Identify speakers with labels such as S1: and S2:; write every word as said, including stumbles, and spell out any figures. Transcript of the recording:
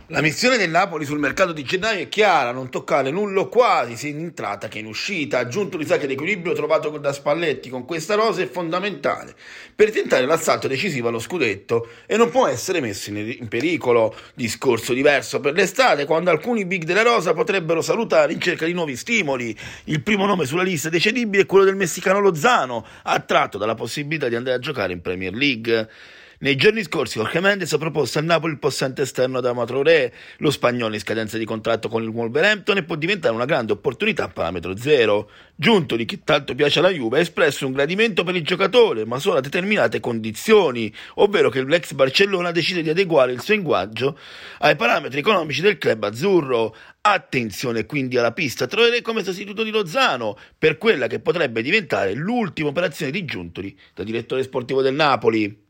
S1: La missione del Napoli sul mercato di gennaio è chiara: non toccare nulla o quasi, sia in entrata che in uscita. Aggiunto sa che l'equilibrio trovato da Spalletti con questa rosa è fondamentale per tentare l'assalto decisivo allo scudetto e non può essere messo in pericolo. Discorso diverso per l'estate, quando alcuni big della rosa potrebbero salutare in cerca di nuovi stimoli. Il primo nome sulla lista dei cedibili è quello del messicano Lozano, attratto dalla possibilità di andare a giocare in Premier League. Nei giorni scorsi Jorge Mendes ha proposto al Napoli il possente esterno Adama Traoré. Lo spagnolo in scadenza di contratto con il Wolverhampton e può diventare una grande opportunità a parametro zero. Giuntoli, che tanto piace alla Juve, ha espresso un gradimento per il giocatore, ma solo a determinate condizioni, ovvero che l'ex Barcellona decide di adeguare il suo ingaggio ai parametri economici del club azzurro. Attenzione quindi alla pista Traoré come sostituto di Lozano per quella che potrebbe diventare l'ultima operazione di Giuntoli da direttore sportivo del Napoli.